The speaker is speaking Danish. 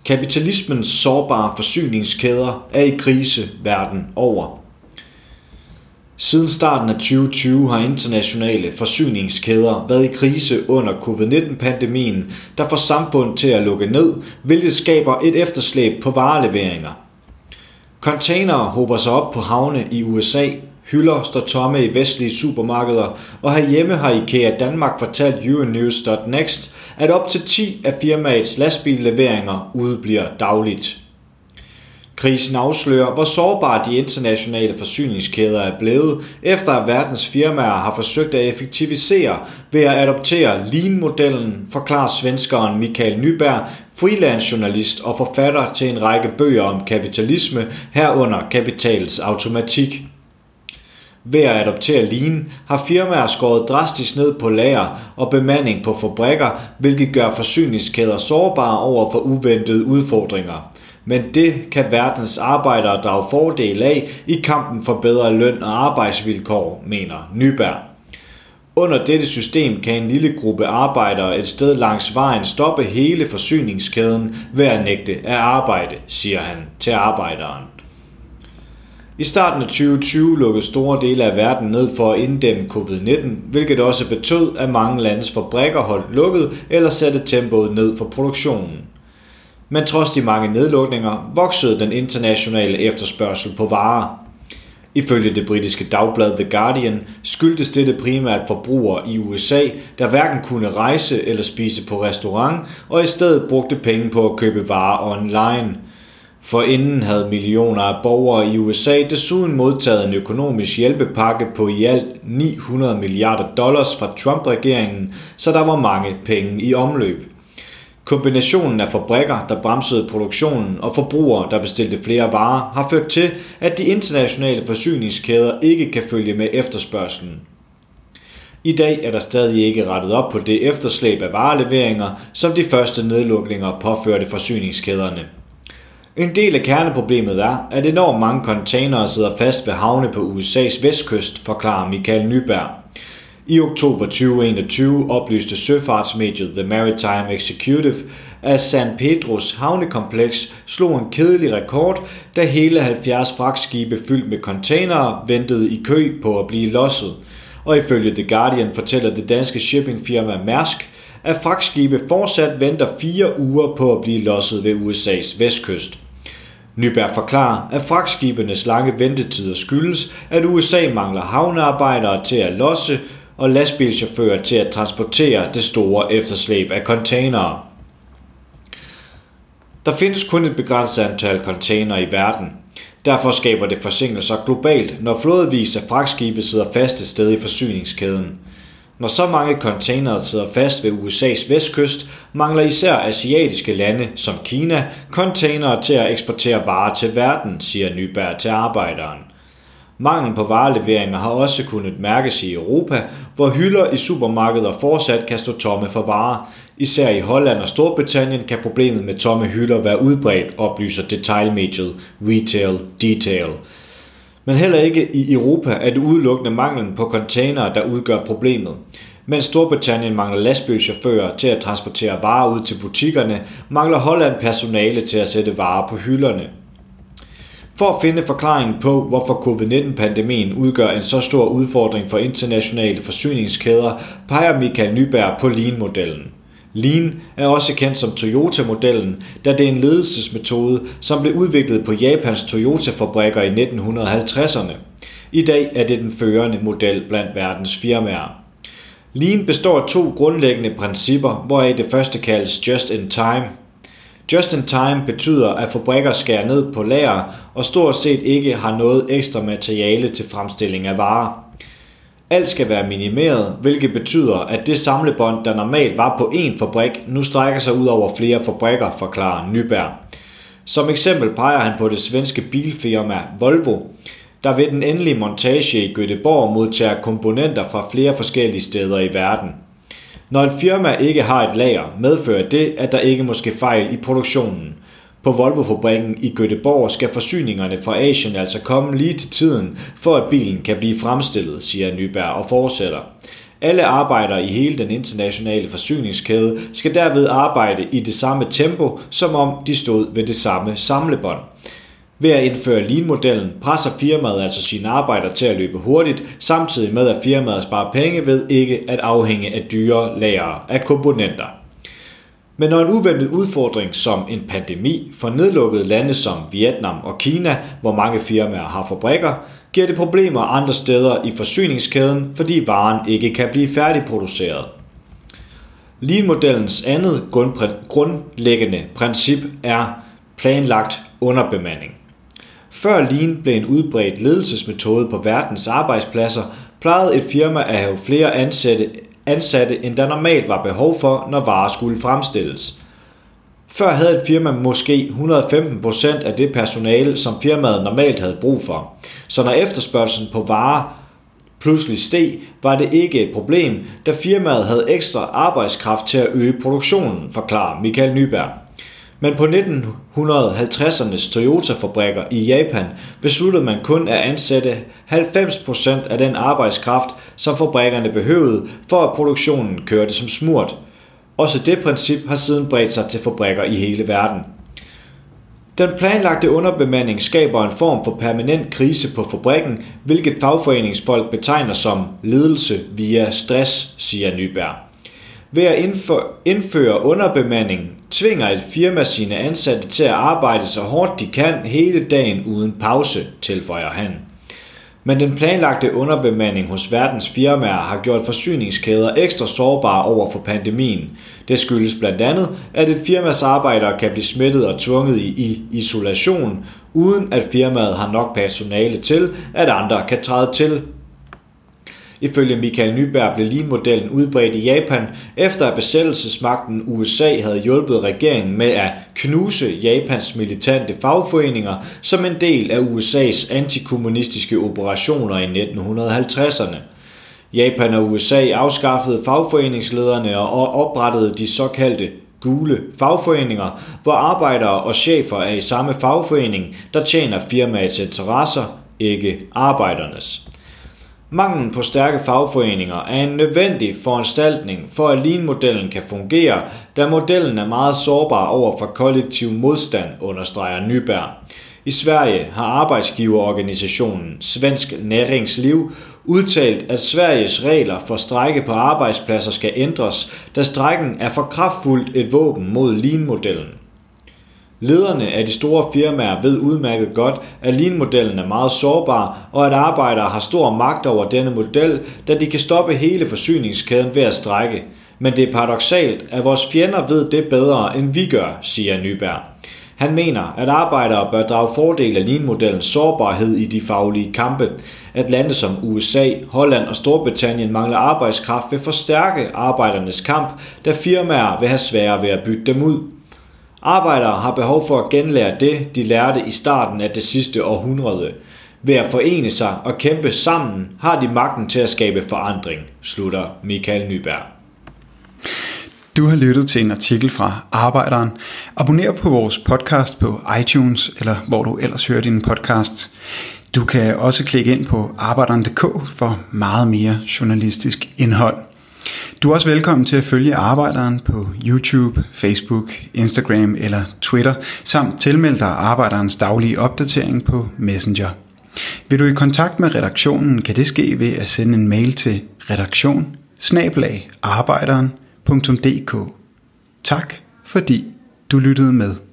Kapitalismens sårbare forsyningskæder er i krise verden over. Siden starten af 2020 har internationale forsyningskæder været i krise under covid-19-pandemien, der får samfundet til at lukke ned, hvilket skaber et efterslæb på vareleveringer. Containere hober sig op på havne i USA, hylder står tomme i vestlige supermarkeder, og herhjemme har IKEA Danmark fortalt Euronews.next, at op til 10 af firmaets lastbilleveringer udebliver dagligt. Krisen afslører, hvor sårbare de internationale forsyningskæder er blevet, efter at verdens firmaer har forsøgt at effektivisere ved at adoptere Lean-modellen, forklarer svenskeren Mikael Nyberg, freelance-journalist og forfatter til en række bøger om kapitalisme, herunder kapitalets automatik. Ved at adoptere Lean har firmaer skåret drastisk ned på lager og bemanding på fabrikker, hvilket gør forsyningskæder sårbare over for uventede udfordringer. Men det kan verdens arbejdere drage fordel af i kampen for bedre løn og arbejdsvilkår, mener Nyberg. Under dette system kan en lille gruppe arbejdere et sted langs vejen stoppe hele forsyningskæden ved at nægte at arbejde, siger han til Arbejderen. I starten af 2020 lukkede store dele af verden ned for at inddæmme covid-19, hvilket også betød, at mange landes fabrikker holdt lukket eller satte tempoet ned for produktionen. Men trods de mange nedlukninger voksede den internationale efterspørgsel på varer. Ifølge det britiske dagblad The Guardian skyldtes dette primært forbrugere i USA, der hverken kunne rejse eller spise på restaurant, og i stedet brugte penge på at købe varer online. Forinden havde millioner af borgere i USA desuden modtaget en økonomisk hjælpepakke på i alt $900 milliarder fra Trump-regeringen, så der var mange penge i omløb. Kombinationen af fabrikker, der bremsede produktionen, og forbrugere, der bestilte flere varer, har ført til, at de internationale forsyningskæder ikke kan følge med efterspørgslen. I dag er der stadig ikke rettet op på det efterslæb af vareleveringer, som de første nedlukninger påførte forsyningskæderne. En del af kerneproblemet er, at enormt mange containere sidder fast ved havne på USA's vestkyst, forklarer Mikael Nyberg. I oktober 2021 oplyste søfartsmediet The Maritime Executive, at San Pedros havnekompleks slog en kedelig rekord, da hele 70 fragtskibe fyldt med containere ventede i kø på at blive losset. Og ifølge The Guardian fortæller det danske shippingfirma Mærsk, at fragtskibe fortsat venter 4 uger på at blive losset ved USA's vestkyst. Nyberg forklarer, at fragtskibenes lange ventetider skyldes, at USA mangler havnearbejdere til at losse og lastbilchauffører til at transportere det store efterslæb af containere. Der findes kun et begrænset antal containere i verden. Derfor skaber det forsinkelser globalt, når flådevis af fragtskibe sidder fast et sted i forsyningskæden. Når så mange containere sidder fast ved USA's vestkyst, mangler især asiatiske lande som Kina containere til at eksportere varer til verden, siger Nyberg til Arbejderen. Manglen på vareleveringer har også kunnet mærkes i Europa, hvor hylder i supermarkeder fortsat kan stå tomme for varer. Især i Holland og Storbritannien kan problemet med tomme hylder være udbredt, oplyser detailmediet Retail Detail. Men heller ikke i Europa er det udelukkende manglen på containere, der udgør problemet. Mens Storbritannien mangler lastbilchauffører til at transportere varer ud til butikkerne, mangler Holland personale til at sætte varer på hylderne. For at finde forklaringen på, hvorfor covid-19-pandemien udgør en så stor udfordring for internationale forsyningskæder, peger Mikael Nyberg på Lean-modellen. Lean er også kendt som Toyota-modellen, da det er en ledelsesmetode, som blev udviklet på Japans Toyota-fabrikker i 1950'erne. I dag er det den førende model blandt verdens firmaer. Lean består af 2 grundlæggende principper, hvoraf det første kaldes Just in Time. Just in time betyder, at fabrikker skærer ned på lager og stort set ikke har noget ekstra materiale til fremstilling af varer. Alt skal være minimeret, hvilket betyder, at det samlebånd, der normalt var på én fabrik, nu strækker sig ud over flere fabrikker, forklarer Nyberg. Som eksempel peger han på det svenske bilfirma Volvo, der ved den endelige montage i Göteborg modtager komponenter fra flere forskellige steder i verden. Når et firma ikke har et lager, medfører det, at der ikke må ske fejl i produktionen. På Volvo-fabrikken i Göteborg skal forsyningerne fra Asien altså komme lige til tiden, for at bilen kan blive fremstillet, siger Nyberg og fortsætter. Alle arbejdere i hele den internationale forsyningskæde skal derved arbejde i det samme tempo, som om de stod ved det samme samlebånd. Ved at indføre lean-modellen presser firmaet altså sine arbejdere til at løbe hurtigt, samtidig med at firmaet sparer penge ved ikke at afhænge af dyre lagre af komponenter. Men når en uventet udfordring som en pandemi får nedlukket lande som Vietnam og Kina, hvor mange firmaer har fabrikker, giver det problemer andre steder i forsyningskæden, fordi varen ikke kan blive færdigproduceret. Lean-modellens andet grundlæggende princip er planlagt underbemanding. Før Lean blev en udbredt ledelsesmetode på verdens arbejdspladser, plejede et firma at have flere ansatte, end der normalt var behov for, når varer skulle fremstilles. Før havde et firma måske 115% af det personale, som firmaet normalt havde brug for. Så når efterspørgselen på varer pludselig steg, var det ikke et problem, da firmaet havde ekstra arbejdskraft til at øge produktionen, forklarer Michael Nyberg. Men på 1950'ernes Toyota-fabrikker i Japan besluttede man kun at ansætte 90% af den arbejdskraft, som fabrikkerne behøvede, for at produktionen kørte som smurt. Også det princip har siden bredt sig til fabrikker i hele verden. Den planlagte underbemanding skaber en form for permanent krise på fabrikken, hvilket fagforeningsfolk betegner som ledelse via stress, siger Nyberg. Ved at indføre underbemanding tvinger et firma sine ansatte til at arbejde så hårdt de kan hele dagen uden pause, tilføjer han. Men den planlagte underbemanding hos verdens firmaer har gjort forsyningskæder ekstra sårbare over for pandemien. Det skyldes blandt andet, at et firmas arbejdere kan blive smittet og tvunget i isolation, uden at firmaet har nok personale til, at andre kan træde til. Ifølge Michael Nyberg blev Lean-modellen udbredt i Japan, efter at besættelsesmagten USA havde hjulpet regeringen med at knuse Japans militante fagforeninger som en del af USA's antikommunistiske operationer i 1950'erne. Japan og USA afskaffede fagforeningslederne og oprettede de såkaldte gule fagforeninger, hvor arbejdere og chefer er i samme fagforening, der tjener firmaets interesser, ikke arbejdernes. Manglen på stærke fagforeninger er en nødvendig foranstaltning for at Lean-modellen kan fungere, da modellen er meget sårbar over for kollektiv modstand, understreger Nyberg. I Sverige har arbejdsgiverorganisationen Svensk Næringsliv udtalt, at Sveriges regler for strejke på arbejdspladser skal ændres, da strejken er for kraftfuldt et våben mod Lean-modellen. Lederne af de store firmaer ved udmærket godt, at Lean-modellen er meget sårbar, og at arbejdere har stor magt over denne model, da de kan stoppe hele forsyningskæden ved at strejke. Men det er paradoksalt, at vores fjender ved det bedre, end vi gør, siger Nyberg. Han mener, at arbejdere bør drage fordel af Lean-modellens sårbarhed i de faglige kampe. At lande som USA, Holland og Storbritannien mangler arbejdskraft vil forstærke arbejdernes kamp, da firmaer vil have sværere ved at bytte dem ud. Arbejdere har behov for at genlære det, de lærte i starten af det sidste århundrede. Ved at forene sig og kæmpe sammen, har de magten til at skabe forandring, slutter Michael Nyberg. Du har lyttet til en artikel fra Arbejderen. Abonner på vores podcast på iTunes, eller hvor du ellers hører dine podcasts. Du kan også klikke ind på arbejderen.dk for meget mere journalistisk indhold. Du er også velkommen til at følge Arbejderen på YouTube, Facebook, Instagram eller Twitter, samt tilmelde dig Arbejderens daglige opdatering på Messenger. Vil du i kontakt med redaktionen, kan det ske ved at sende en mail til redaktion@arbejderen.dk. Tak fordi du lyttede med.